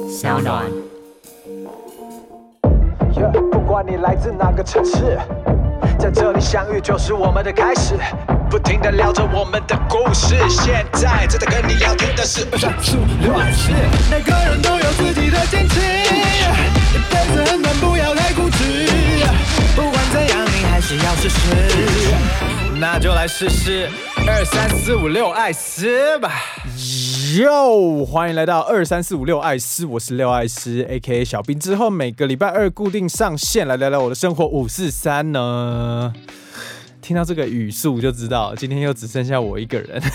小暖。 不管你来自哪个城市，在这里相遇就是我们的开始，不停地聊着我们的故事。现在正在跟你聊天的是2、3、4、5、6、20，每个人都有自己的坚持，一辈子很短，不要太固执。不管怎样，你还是要试试，那就来试试2、3、4、5、6艾斯吧。 哟，欢迎来到2、3、4、5、6艾斯，我是6艾斯 ，A.K.A 小兵。之后每个礼拜二固定上线，来聊聊我的生活543呢。听到这个语速就知道，今天又只剩下我一个人。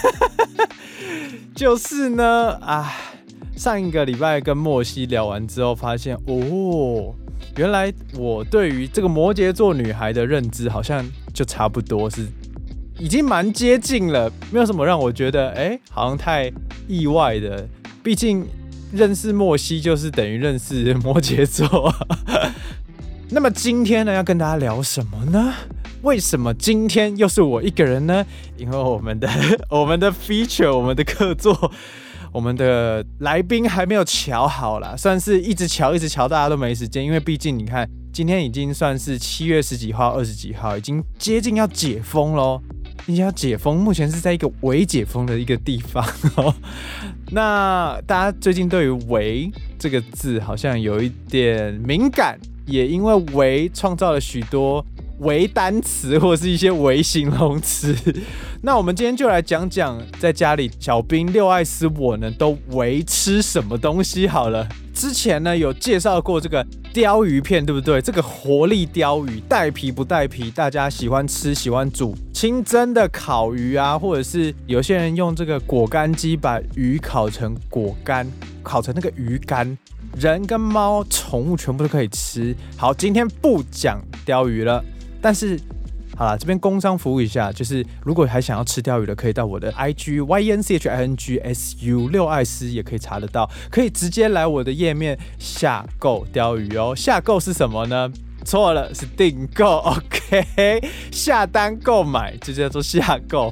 就是呢，上一个礼拜跟莫西聊完之后，发现原来我对于这个摩羯座女孩的认知好像就差不多是。已经蛮接近了，没有什么让我觉得好像太意外的。毕竟认识莫西就是等于认识摩羯座。那么今天呢，要跟大家聊什么呢？为什么今天又是我一个人呢？因为我们的 feature， 我们的客座，我们的来宾还没有瞧好啦，算是一直瞧，大家都没时间。因为毕竟你看，今天已经算是7月10几号、20几号，已经接近要解封咯。已经要解封，目前是在一个微解封的一个地方。那大家最近对于“微”这个字好像有一点敏感，也因为“微”创造了许多微单词或是一些微形容词。那我们今天就来讲讲，在家里小兵6艾斯我呢都微吃什么东西好了。之前呢有介绍过这个鲷鱼片，对不对？这个活力鲷鱼，带皮不带皮，大家喜欢吃喜欢煮，清蒸的烤鱼啊，或者是有些人用这个果干机把鱼烤成果干，烤成那个鱼干，人跟猫宠物全部都可以吃。好，今天不讲鲷鱼了，但是好啦，这边工商服务一下，就是如果还想要吃鲷鱼的，可以到我的 IG YENCHINGSU 6艾斯也可以查得到，可以直接来我的页面下购鲷鱼哦。下购是什么呢？错了，是订购。OK， 下单购买就叫做下购。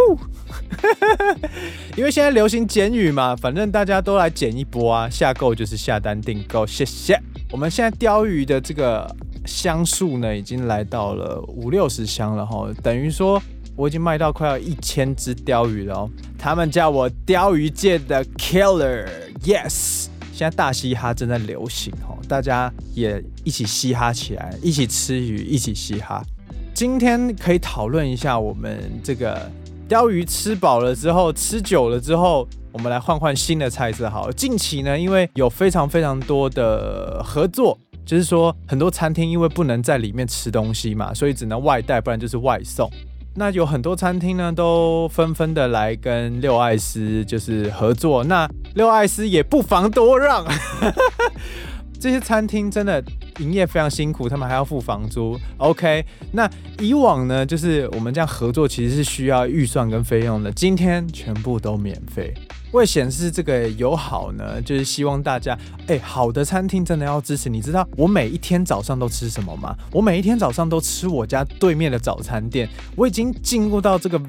因为现在流行简语嘛，反正大家都来简一波啊。下购就是下单订购，谢谢。我们现在鲷鱼的这个箱数呢，已经来到了50-60箱了齁，等于说我已经卖到快要1000只鲷鱼了哦。他们叫我鲷鱼界的 Killer，Yes。现在大嘻哈正在流行齁，大家也一起嘻哈起来，一起吃鱼，一起嘻哈。今天可以讨论一下我们这个鲷鱼吃饱了之后，吃久了之后，我们来换新的菜色好了。近期呢，因为有非常多的合作。就是说，很多餐厅因为不能在里面吃东西嘛，所以只能外带，不然就是外送。那有很多餐厅呢，都纷纷的来跟6艾斯就是合作。那6艾斯也不妨多让。这些餐厅真的营业非常辛苦，他们还要付房租。OK， 那以往呢，就是我们这样合作其实是需要预算跟费用的，今天全部都免费。为显示这个友好呢，就是希望大家，好的餐厅真的要支持。你知道我每一天早上都吃什么吗？我每一天早上都吃我家对面的早餐店。我已经进入到这个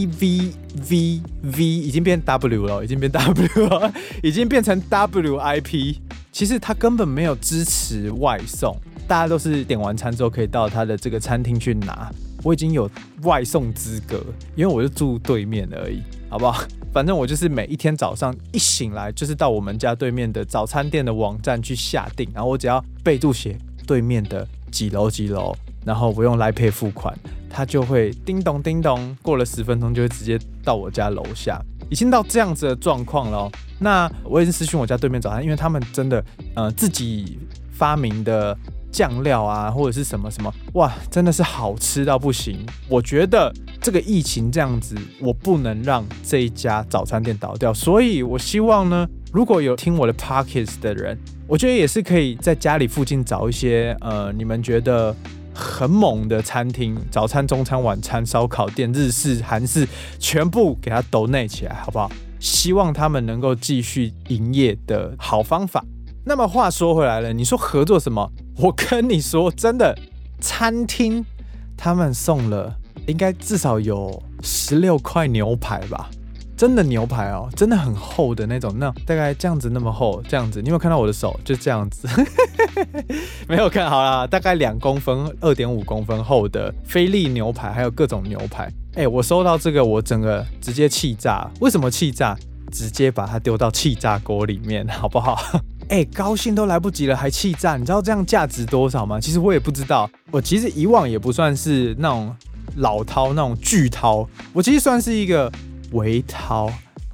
VVVV， 已经变 W 了，已经变 W 了，已经变成 WIP。其实他根本没有支持外送，大家都是点完餐之后可以到他的这个餐厅去拿。我已经有外送资格，因为我就住对面而已，好不好？反正我就是每一天早上一醒来，就是到我们家对面的早餐店的网站去下订，然后我只要备注写对面的几楼，然后我用 LINE Pay 付款，它就会叮咚叮咚，过了10分钟就会直接到我家楼下，已经到这样子的状况了。那我也是私讯我家对面早餐，因为他们真的自己发明的酱料啊，或者是什么，哇，真的是好吃到不行。我觉得这个疫情这样子，我不能让这一家早餐店倒掉，所以我希望呢，如果有听我的 Podcast 的人，我觉得也是可以在家里附近找一些你们觉得很猛的餐厅，早餐、中餐、晚餐、烧烤店、日式、韩式，全部给它donate起来，好不好？希望他们能够继续营业的好方法。那么话说回来了，你说合作什么？我跟你说，真的，餐厅他们送了应该至少有16块牛排吧， 真的牛排哦，真的很厚的那种，那大概这样子那么厚，这样子，你有没有看到我的手？就这样子，没有看好啦，大概2公分、2.5公分厚的菲力牛排，还有各种牛排。我收到这个，我整个直接气炸。为什么气炸？直接把它丢到气炸锅里面，好不好？高兴都来不及了，还气炸，你知道这样价值多少吗？其实我也不知道，我其实以往也不算是那种老饕那种巨饕，我其实算是一个微饕 ，OK 。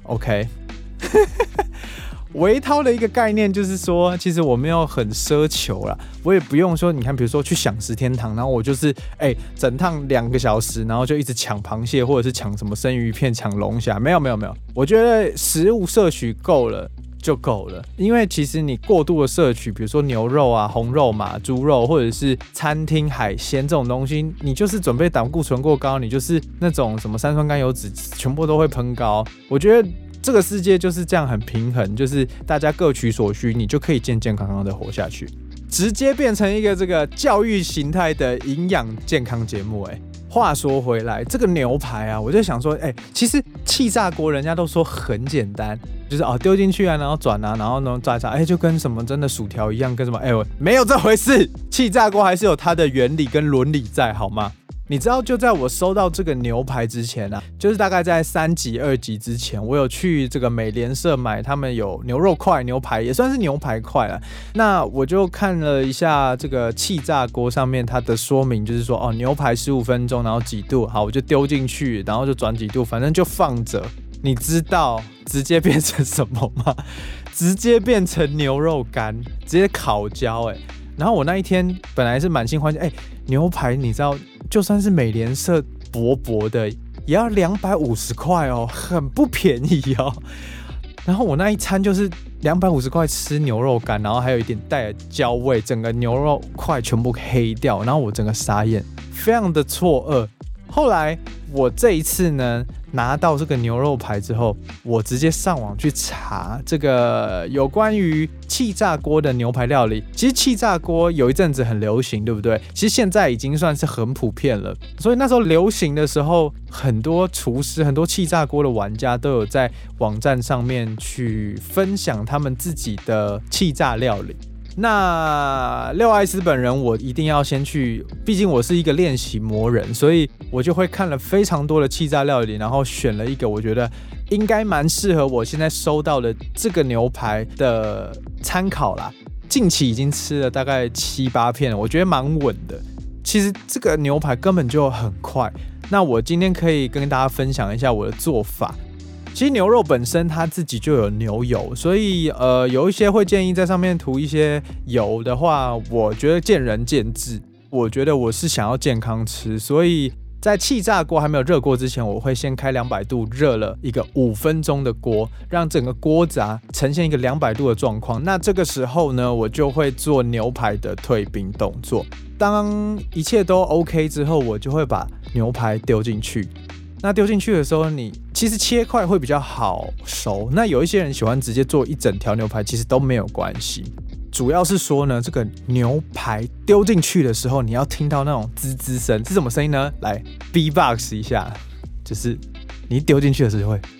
微饕的一个概念就是说，其实我没有很奢求啦，我也不用说，你看，比如说去享食天堂，然后我就是整趟2个小时，然后就一直抢螃蟹，或者是抢什么生鱼片、抢龙虾，没有，我觉得食物摄取够了就够了，因为其实你过度的摄取，比如说牛肉啊、红肉嘛、猪肉，或者是餐厅海鲜这种东西，你就是准备胆固醇过高，你就是那种什么三酸甘油酯全部都会喷高。我觉得这个世界就是这样很平衡，就是大家各取所需，你就可以健健康康的活下去，直接变成一个这个教育形态的营养健康节目。话说回来，这个牛排啊，我就想说，其实气炸锅人家都说很简单，就是丢进去啊，然后转啊，然后呢炸一炸，就跟什么真的薯条一样，跟什么没有这回事，气炸锅还是有它的原理跟伦理在，好吗？你知道，就在我收到这个牛排之前啊，就是大概在3集2集之前，我有去这个美联社买，他们有牛肉块、牛排，也算是牛排块了。那我就看了一下这个气炸锅上面它的说明，就是说牛排15分钟，然后几度，好，我就丢进去，然后就转几度，反正就放着。你知道直接变成什么吗？直接变成牛肉干，直接烤焦。然后我那一天本来是满心欢喜，牛排你知道，就算是美联社薄薄的，也要250块哦，很不便宜哦。然后我那一餐就是250块吃牛肉干，然后还有一点带焦味，整个牛肉块全部黑掉，然后我整个傻眼，非常的错愕。后来我这一次呢，拿到这个牛肉排之后，我直接上网去查这个有关于气炸锅的牛排料理。其实气炸锅有一阵子很流行，对不对？其实现在已经算是很普遍了。所以那时候流行的时候，很多厨师、很多气炸锅的玩家都有在网站上面去分享他们自己的气炸料理。那廖艾斯本人，我一定要先去，毕竟我是一个练习魔人，所以我就会看了非常多的气炸料理，然后选了一个我觉得应该蛮适合我现在收到的这个牛排的参考啦。近期已经吃了大概7、8片了，我觉得蛮稳的。其实这个牛排根本就很快，那我今天可以跟大家分享一下我的做法。其实牛肉本身它自己就有牛油，所以有一些会建议在上面涂一些油的话，我觉得见仁见智。我觉得我是想要健康吃，所以在气炸锅还没有热锅之前，我会先开200度热了一个5分钟的锅，让整个锅子呈现一个200度的状况。那这个时候呢，我就会做牛排的退冰动作。当一切都 OK 之后，我就会把牛排丢进去。那丢进去的时候，你其实切块会比较好熟。那有一些人喜欢直接做一整条牛排，其实都没有关系。主要是说呢，这个牛排丢进去的时候，你要听到那种滋滋声，是什么声音呢？来 B-box 一下，就是你丢进去的时候会，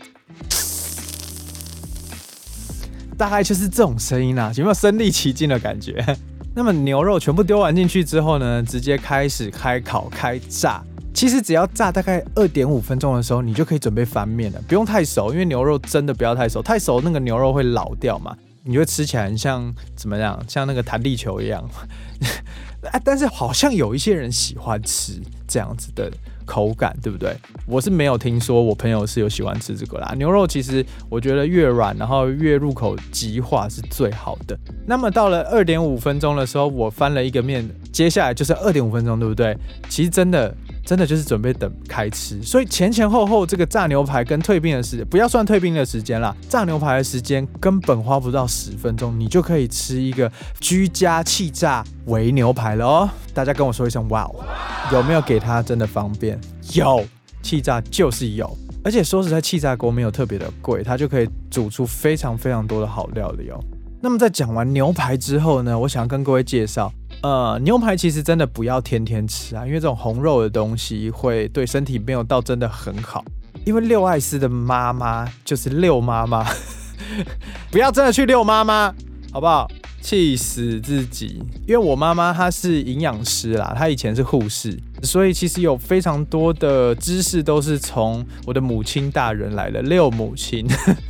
大概就是这种声音啦，有没有身临其境的感觉？那么牛肉全部丢完进去之后呢，直接开始开烤开炸。其实只要炸大概2.5分钟的时候，你就可以准备翻面了，不用太熟，因为牛肉真的不要太熟，太熟那个牛肉会老掉嘛，你会吃起来很像怎么样，像那个弹力球一样。但是好像有一些人喜欢吃这样子的口感，对不对？我是没有听说我朋友是有喜欢吃这个啦。牛肉其实我觉得越软，然后越入口即化是最好的。那么到了2.5分钟的时候，我翻了一个面，接下来就是2.5分钟，对不对？其实真的就是准备等开吃，所以前后这个炸牛排跟退冰的时间，不要算退冰的时间啦，炸牛排的时间根本花不到10分钟，你就可以吃一个居家气炸微牛排了哦。大家跟我说一声哇哦，有没有给它真的方便？有，气炸就是有，而且说实在，气炸锅没有特别的贵，它就可以煮出非常非常多的好料理哦。那么在讲完牛排之后呢，我想要跟各位介绍，牛排其实真的不要天天吃啊，因为这种红肉的东西会对身体没有到真的很好。 因为六艾司的妈妈就是六妈妈，不要真的去六妈妈，好不好？气死自己！因为我妈妈她是营养师啦，她以前是护士，所以其实有非常多的知识都是从我的母亲大人来的，六母亲。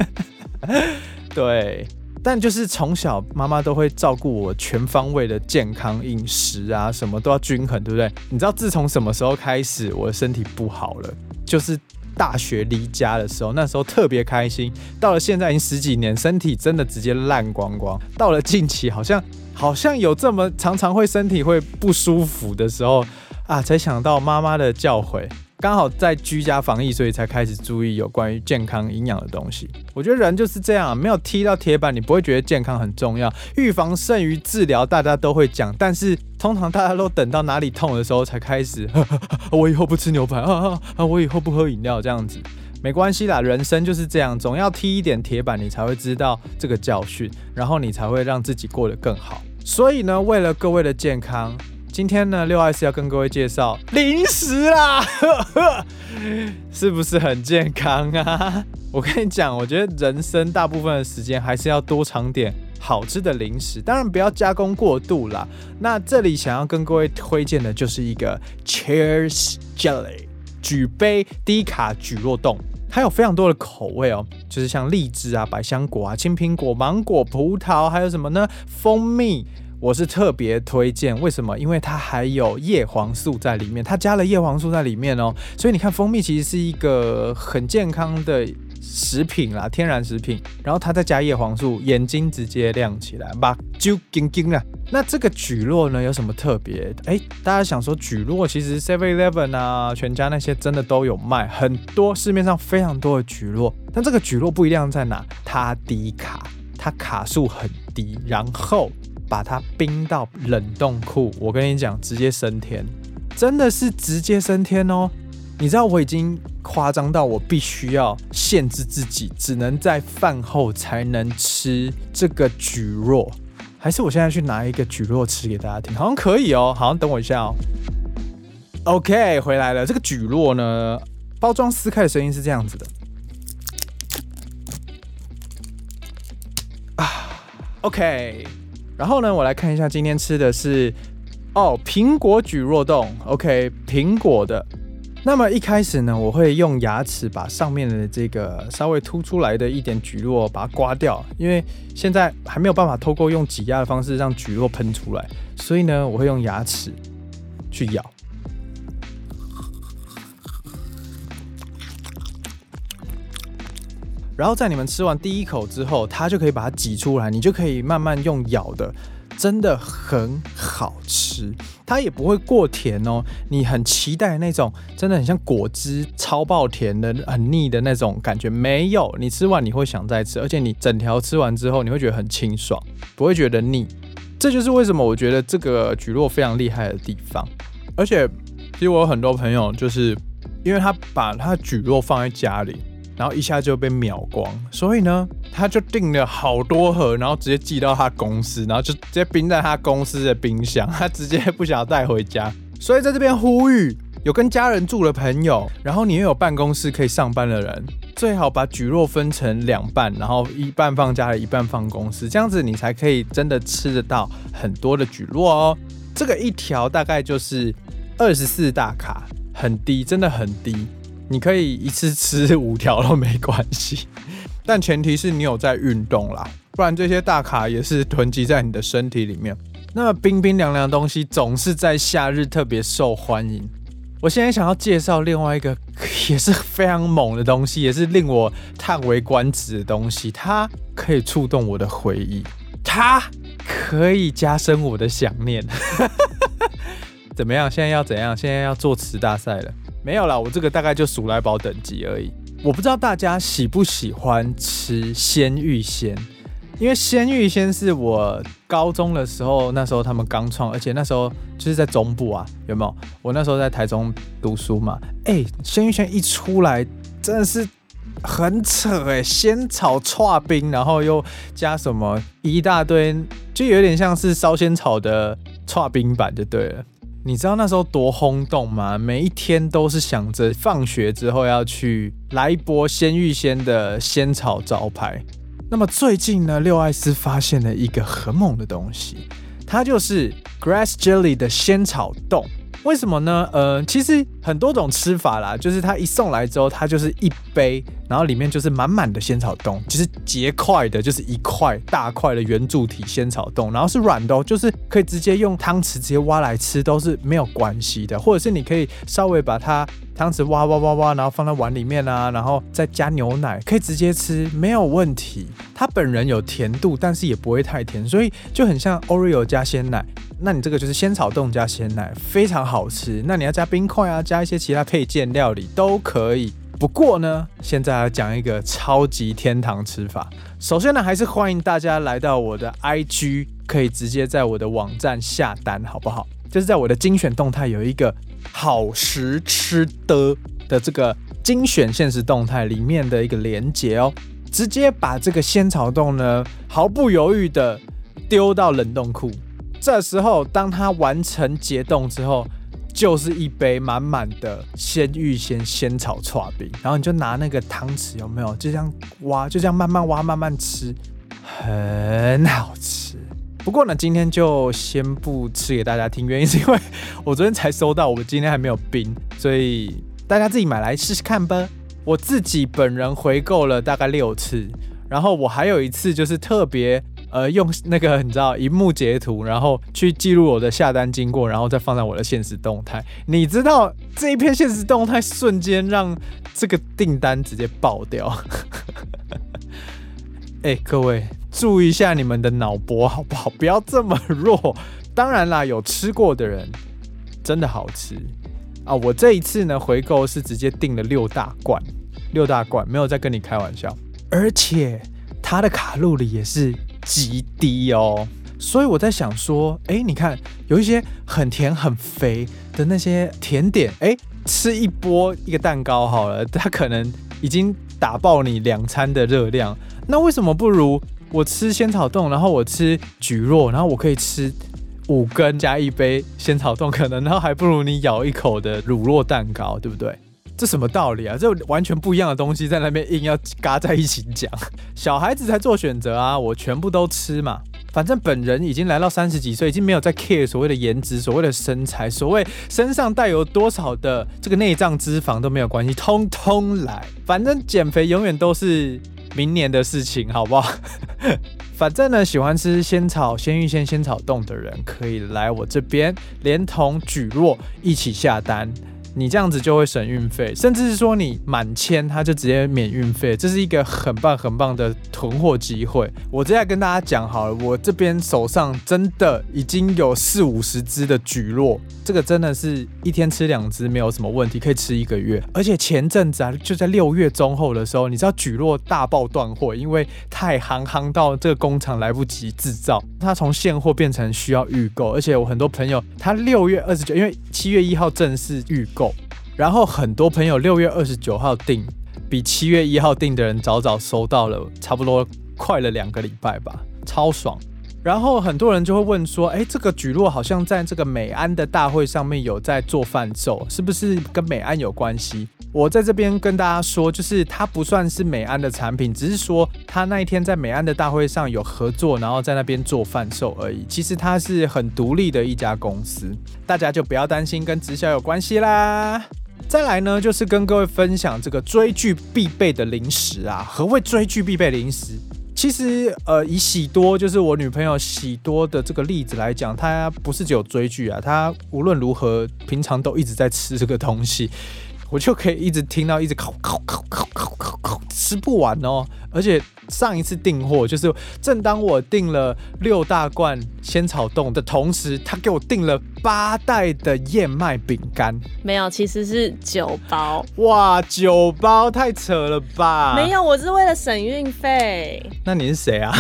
对，但就是从小妈妈都会照顾我全方位的健康饮食啊，什么都要均衡，对不对？你知道自从什么时候开始我的身体不好了？就是大学离家的时候，那时候特别开心。到了现在已经10几年，身体真的直接烂光光。到了近期，好像有这么常常会身体会不舒服的时候啊，才想到妈妈的教诲。刚好在居家防疫，所以才开始注意有关于健康营养的东西。我觉得人就是这样，没有踢到铁板，你不会觉得健康很重要。预防胜于治疗，大家都会讲，但是通常大家都等到哪里痛的时候才开始，我以后不吃牛排我以后不喝饮料这样子。没关系啦，人生就是这样，总要踢一点铁板，你才会知道这个教训，然后你才会让自己过得更好。所以呢，为了各位的健康，今天呢，六艾司要跟各位介绍零食啦，是不是很健康啊？我跟你讲，我觉得人生大部分的时间还是要多尝点好吃的零食，当然不要加工过度啦。那这里想要跟各位推荐的就是一个 Cheers Jelly 举杯低卡蒟蒻冻，它有非常多的口味哦，就是像荔枝啊、百香果啊、青苹果、芒果、葡萄，还有什么呢？蜂蜜。我是特别推荐，为什么？因为它还有叶黄素在里面，它加了叶黄素在里面哦，所以你看蜂蜜其实是一个很健康的食品啦，天然食品，然后它再加叶黄素，眼睛直接亮起来，目睭金金啦。那这个蒟蒻呢有什么特别？大家想说蒟蒻其实 7-Eleven 啊、全家那些真的都有卖，很多市面上非常多的蒟蒻，但这个蒟蒻不一样在哪？它低卡，它卡数很低，然后把它冰到冷冻库，我跟你讲，直接升天，真的是直接升天哦！你知道我已经夸张到我必须要限制自己，只能在饭后才能吃这个蒟蒻，还是我现在去拿一个蒟蒻吃给大家听？好像可以哦，好像等我一下哦。OK， 回来了。这个蒟蒻呢，包装撕开的声音是这样子的。OK。然后呢，我来看一下今天吃的是苹果蒟蒻冻 ，OK， 苹果的。那么一开始呢，我会用牙齿把上面的这个稍微凸出来的一点蒟蒻把它刮掉，因为现在还没有办法透过用挤压的方式让蒟蒻喷出来，所以呢，我会用牙齿去咬。然后在你们吃完第一口之后，它就可以把它挤出来，你就可以慢慢用咬的，真的很好吃。它也不会过甜哦，你很期待那种真的很像果汁超爆甜的、很腻的那种感觉，没有。你吃完你会想再吃，而且你整条吃完之后，你会觉得很清爽，不会觉得腻。这就是为什么我觉得这个蒟蒻非常厉害的地方。而且，其实我有很多朋友，就是因为他把他的蒟蒻放在家里，然后一下就被秒光，所以呢，他就订了好多盒，然后直接寄到他公司，然后就直接冰在他公司的冰箱，他直接不想要带回家。所以在这边呼吁，有跟家人住的朋友，然后你又有办公室可以上班的人，最好把蒟蒻分成2半，然后一半放家里，一半放公司，这样子你才可以真的吃得到很多的蒟蒻哦。这个一条大概就是24大卡，很低，真的很低。你可以一次吃5条都没关系，但前提是你有在运动啦，不然这些大卡也是囤积在你的身体里面。那么冰冰凉凉的东西总是在夏日特别受欢迎。我现在想要介绍另外一个也是非常猛的东西，也是令我叹为观止的东西，它可以触动我的回忆，它可以加深我的想念。怎么样？现在要怎样？现在要作词大赛了？没有啦，我这个大概就鼠来宝等级而已。我不知道大家喜不喜欢吃鲜芋仙，因为鲜芋仙是我高中的时候，那时候他们刚创，而且那时候就是在中部啊，有没有？我那时候在台中读书嘛，鲜芋仙一出来真的是很扯仙草剉冰，然后又加什么一大堆，就有点像是烧仙草的剉冰版就对了。 你知道那时候多轰动吗？每一天都是想着放学之后要去来一波鲜芋仙的仙草招牌。那么最近呢，六艾司发现了一个很猛的东西，它就是 Grass Jelly 的仙草冻。为什么呢？其实很多种吃法啦，就是它一送来之后，它就是一杯，然后里面就是满满的仙草冻，就是结块的，就是一块大块的圆柱体仙草冻，然后是软的哦，就是可以直接用汤匙直接挖来吃都是没有关系的，或者是你可以稍微把它汤匙挖，然后放在碗里面啊，然后再加牛奶，可以直接吃，没有问题。它本人有甜度，但是也不会太甜，所以就很像 Oreo 加鲜奶。那你这个就是仙草冻加鲜奶，非常好吃。那你要加冰块啊，加一些其他配件料理都可以。不过呢，现在要讲一个超级天堂吃法。首先呢，还是欢迎大家来到我的 IG， 可以直接在我的网站下单，好不好？就是在我的精选动态有一个好食吃的这个精选限时动态里面的一个连结哦，直接把这个仙草冻呢毫不犹豫的丢到冷冻库。这时候，当它完成解冻之后，就是一杯满满的鲜芋仙仙草剉冰，然后你就拿那个汤匙，有没有？就这样挖，就这样慢慢挖，慢慢吃，很好吃。不过呢，今天就先不吃给大家听，原因是因为我昨天才收到，我今天还没有冰，所以大家自己买来试试看吧。我自己本人回购了大概6次，然后我还有一次就是特别。用那个你知道，萤幕截图，然后去记录我的下单经过，然后再放在我的限时动态。你知道这一篇限时动态瞬间让这个订单直接爆掉。各位注意一下你们的脑波好不好？不要这么弱。当然啦，有吃过的人真的好吃啊！我这一次呢回购是直接订了6大罐，没有在跟你开玩笑，而且它的卡路里也是极低哦，所以我在想说，你看有一些很甜很肥的那些甜点，吃一波一个蛋糕好了，它可能已经打爆你2餐的热量。那为什么不如我吃仙草冻，然后我吃蒟蒻，然后我可以吃5根加一杯仙草冻，可能然后还不如你咬一口的乳酪蛋糕，对不对？这什么道理啊？这完全不一样的东西在那边硬要嘎在一起讲。小孩子才做选择啊，我全部都吃嘛。反正本人已经来到30几岁，已经没有在 care 所谓的颜值、所谓的身材、所谓身上带有多少的这个内脏脂肪都没有关系，通通来。反正减肥永远都是明年的事情，好不好？反正呢，喜欢吃仙芋仙仙草冻的人，可以来我这边，连同蒟蒻一起下单。你这样子就会省运费，甚至是说你满千，它就直接免运费，这是一个很棒很棒的囤货机会。我接下来跟大家讲好了，我这边手上真的已经有40-50只的蒟蒻，这个真的是一天吃2只没有什么问题，可以吃1个月。而且前阵子啊，就在6月中后的时候，你知道蒟蒻大爆断货，因为太夯到这个工厂来不及制造，它从现货变成需要预购。而且我很多朋友，他6月29，因为7月1号正式预购。然后很多朋友6月29号订，比7月1号订的人早收到了，差不多快了2个礼拜吧，超爽。然后很多人就会问说，这个蒟蒻好像在这个美安的大会上面有在做贩售，是不是跟美安有关系？我在这边跟大家说，就是它不算是美安的产品，只是说它那一天在美安的大会上有合作，然后在那边做贩售而已。其实它是很独立的一家公司，大家就不要担心跟直销有关系啦。再来呢，就是跟各位分享这个追剧必备的零食啊。何谓追剧必备零食？其实以喜多，就是我女朋友喜多的这个例子来讲，她不是只有追剧啊，她无论如何平常都一直在吃这个东西。我就可以一直听到一直烤，吃不完哦。而且上一次订货，就是正当我订了6大罐仙草冻的同时，他给我订了8袋的燕麦饼干。 没有，其实是9包。 哇，9包太扯了吧？ 没有，我是为了省运费。 那你是谁啊？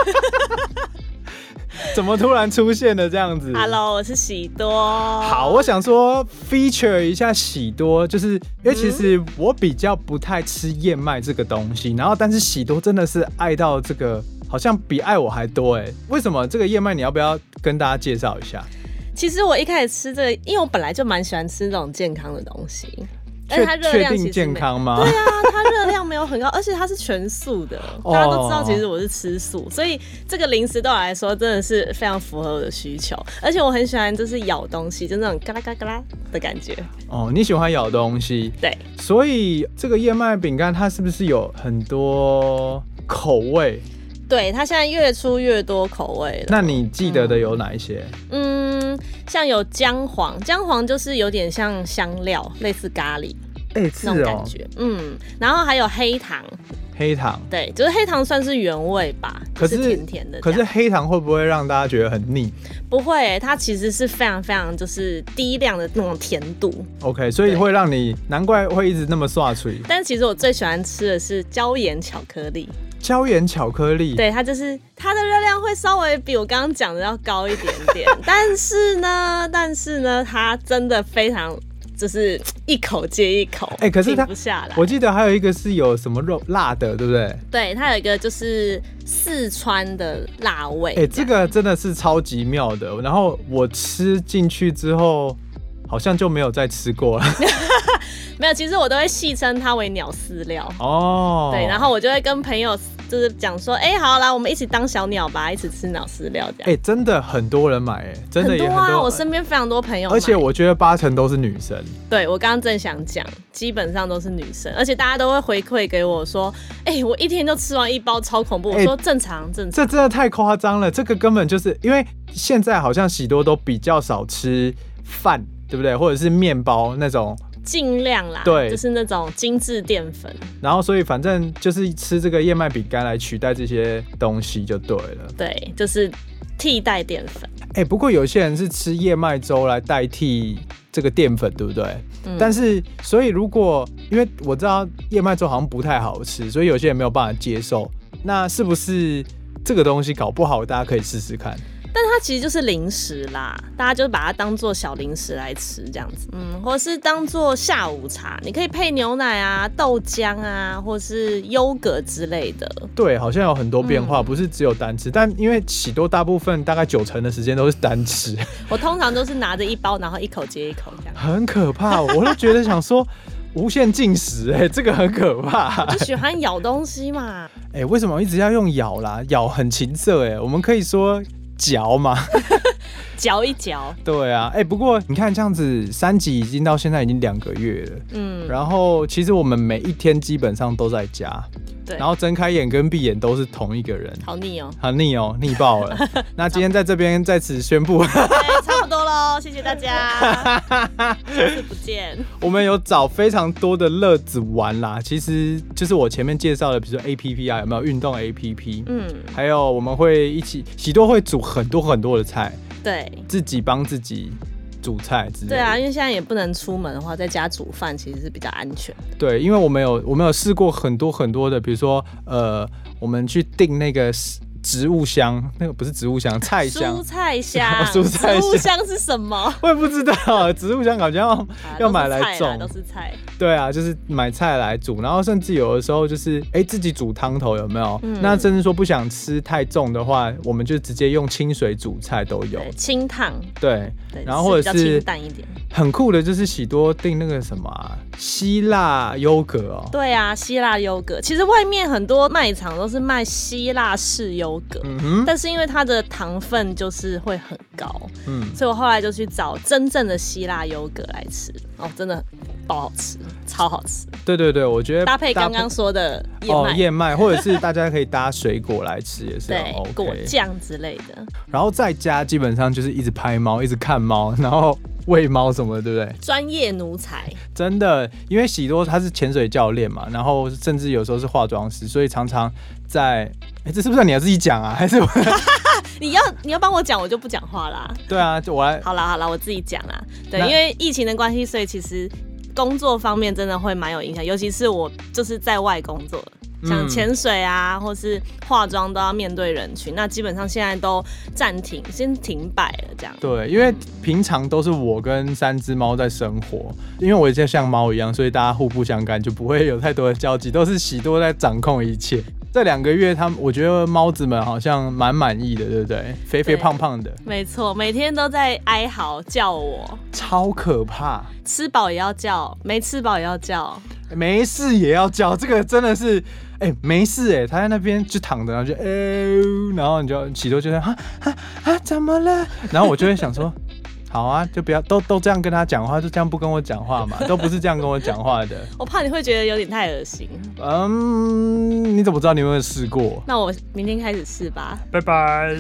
怎么突然出现了这样子 ？Hello， 我是喜多。 好，我想说 feature 一下喜多，就是因为其实我比较不太吃燕麦这个东西，然后但是喜多真的是爱到这个，好像比爱我还多哎。为什么这个燕麦你要不要跟大家介绍一下？ 其实我一开始吃这个，因为我本来就蛮喜欢吃这种健康的东西。而且它热量其实确定健康吗？ 对啊，它热量没有很高，而且它是全素的。大家都知道，其实我是吃素，所以这个零食对我来说真的是非常符合我的需求。而且我很喜欢就是咬东西，就那种嘎啦嘎啦的感觉。 哦，你喜欢咬东西？ 对。 所以这个燕麦饼干它是不是有很多口味？ 对，它现在越出越多口味了。 那你记得的有哪一些？ 像有姜黄，姜黄就是有点像香料，类似咖喱，那种感觉。然后还有黑糖。 黑糖， 对，就是黑糖算是原味吧，就是甜甜的。 可是黑糖会不会让大家觉得很腻？ 不会，它其实是非常非常就是低量的那种甜度。 OK， 所以会让你难怪会一直那么刷嘴。 但其实我最喜欢吃的是椒盐巧克力。 椒盐巧克力， 对，它就是它的热量会稍微比我刚刚讲的要高一点点，但是呢，它真的非常。就是一口接一口， 可是它停不下来。 我记得还有一个是有什么肉辣的，对不对？ 对，它有一个就是四川的辣味。 这个真的是超级妙的。然后我吃进去之后，好像就没有再吃过了。 没有，其实我都会戏称它为鸟饲料。 哦， 对，然后我就会跟朋友就是讲说，好啦，我们一起当小鸟吧，一起吃鸟饲料这样。 真的很多人买，真的也很多啊，我身边非常多朋友买， 而且我觉得80%都是女生。 对，我刚刚正想讲，基本上都是女生，而且大家都会回馈给我说，我一天就吃完1包，超恐怖。我说正常。这真的太夸张了，这个根本就是因为现在好像喜多都比较少吃饭，对不对？或者是面包那种。 尽量啦， 对， 就是那种精致淀粉。 然后，所以反正就是吃这个燕麦饼干来取代这些东西就对了。 对，就是替代淀粉。 不过有些人是吃燕麦粥来代替这个淀粉，对不对？但是，所以如果因为我知道燕麦粥好像不太好吃，所以有些人没有办法接受。那是不是这个东西搞不好大家可以试试看？ 但它其实就是零食啦，大家就把它当做小零食来吃这样子，或者是当做下午茶，你可以配牛奶啊、豆浆啊，或是优格之类的。 对，好像有很多变化，不是只有单吃。但因为喜多大部分大概90%的时间都是单吃， 我通常都是拿着1包，然后一口接一口这样， 很可怕。我都觉得想说。无限进食，这个很可怕。 我就喜欢咬东西嘛。 为什么一直要用咬啦？咬很情色，我们可以说嚼嘛， 嚼一嚼。 对啊，不过你看这样子，3集已经到现在已经2个月了，然后其实我们每一天基本上都在家。然后睁开眼跟闭眼都是同一个人， 好腻哦， 好腻哦，腻爆了。那今天在这边在此宣布， 差不多咯，谢谢大家，下次不见。 我们有找非常多的乐子玩啦，其实就是我前面介绍的，比如说 APP 啊，有没有运动 APP？还有我们会一起，喜多会煮很多很多的菜， 对， 自己帮自己。煮菜之类的。 对啊，因为现在也不能出门的话，在家煮饭其实是比较安全的。 对，因为我们有试过很多的，比如说我们去订那个植物箱，那个不是植物箱，菜箱， 蔬菜箱， 蔬菜箱， 植物箱是什么？ 我也不知道，植物箱好像要买来种， 都是菜。 对啊，就是买菜来煮，然后甚至有的时候就是自己煮汤头有没有？那甚至说不想吃太重的话，我们就直接用清水煮菜都有， 清烫。 对，然后或者是比较清淡一点。 很酷的就是喜多订那个什么希腊优格哦。 对啊，希腊优格，其实外面很多卖场都是卖希腊式优格，但是因为它的糖分就是会很高，所以我后来就去找真正的希腊优格来吃，真的爆好吃，超好吃。对对对，我觉得搭配刚刚说的燕麦，或者是大家可以搭水果来吃也是 OK， 果酱之类的。然后在家基本上就是一直拍猫，一直看猫，然后喂猫什么的，对不对？专业奴才，真的，因为喜多他是潜水教练嘛，然后甚至有时候是化妆师，所以常常在，这是不是你要自己讲啊？还是你要帮我讲，我就不讲话啦。对啊，就我来。好啦，我自己讲啦。对，因为疫情的关系，所以其实工作方面真的会蛮有影响，尤其是我就是在外工作。像潜水啊，或是化妆都要面对人群，那基本上现在都暂停，先停摆了这样。对，因为平常都是我跟3只猫在生活，因为我也像猫一样，所以大家互不相干，就不会有太多的交集，都是喜多在掌控一切。 这2个月我觉得猫子们好像蛮满意的，对不对？肥肥胖胖的， 没错，每天都在哀嚎叫我， 超可怕。 吃饱也要叫，没吃饱也要叫， 没事也要叫，这个真的是。没事他在那边就躺着，然后就然后你就喜多就啊怎么了？然后我就会想说，好啊，就不要都这样跟他讲话，就这样不跟我讲话嘛，都不是这样跟我讲话的。 我怕你会觉得有点太恶心。 你怎么知道你有没有试过？ 那我明天开始试吧。 拜拜。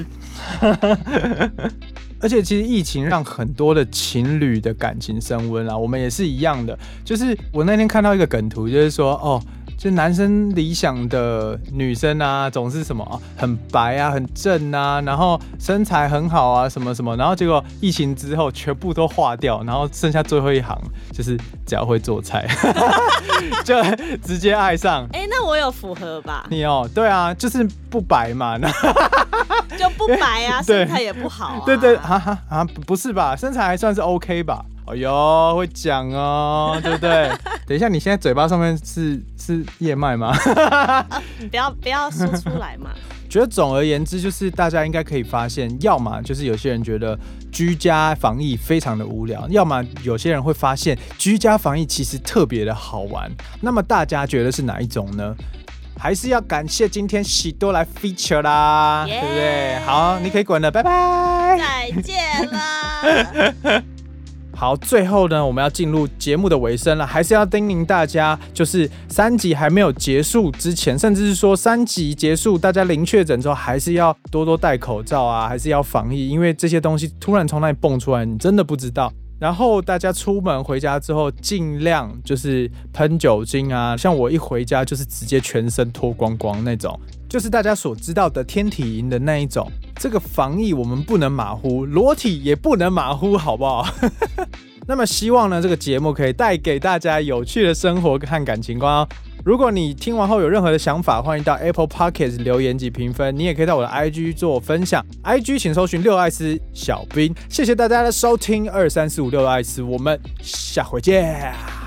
而且其实疫情让很多的情侣的感情升温啦，我们也是一样的。就是我那天看到一个梗图，就是说就男生理想的女生啊，总是什么很白啊，很正啊，然后身材很好啊，什么什么，然后结果疫情之后全部都化掉，然后剩下最后一行就是只要会做菜，就直接爱上。 那我有符合吧？ 你对啊，就是不白嘛， 就不白啊，身材也不好啊。 对不是吧？身材还算是 OK 吧？哎呦，会讲对不对？等一下，你现在嘴巴上面是燕麦吗？ 不要说出来嘛。 觉得总而言之，就是大家应该可以发现，要么就是有些人觉得居家防疫非常的无聊，要么有些人会发现居家防疫其实特别的好玩。那么大家觉得是哪一种呢？还是要感谢今天喜多来 feature 啦，对不对？好，你可以滚了，拜拜， 再见了。 好，最后呢，我们要进入节目的尾声了，还是要叮咛大家，就是3集还没有结束之前，甚至是说3集结束，大家零确诊之后，还是要多多戴口罩啊，还是要防疫，因为这些东西突然从那里蹦出来，你真的不知道。然后大家出门回家之后，尽量就是喷酒精啊，像我一回家就是直接全身脱光光那种，就是大家所知道的天体营的那一种。这个防疫我们不能马虎，裸体也不能马虎，好不好？那么希望呢，这个节目可以带给大家有趣的生活和感情观。如果你听完后有任何的想法，欢迎到 Apple Podcast 留言及评分。你也可以到我的 IG 做分享 ，IG 请搜寻6艾斯小兵。谢谢大家的收听，23456艾斯，我们下回见。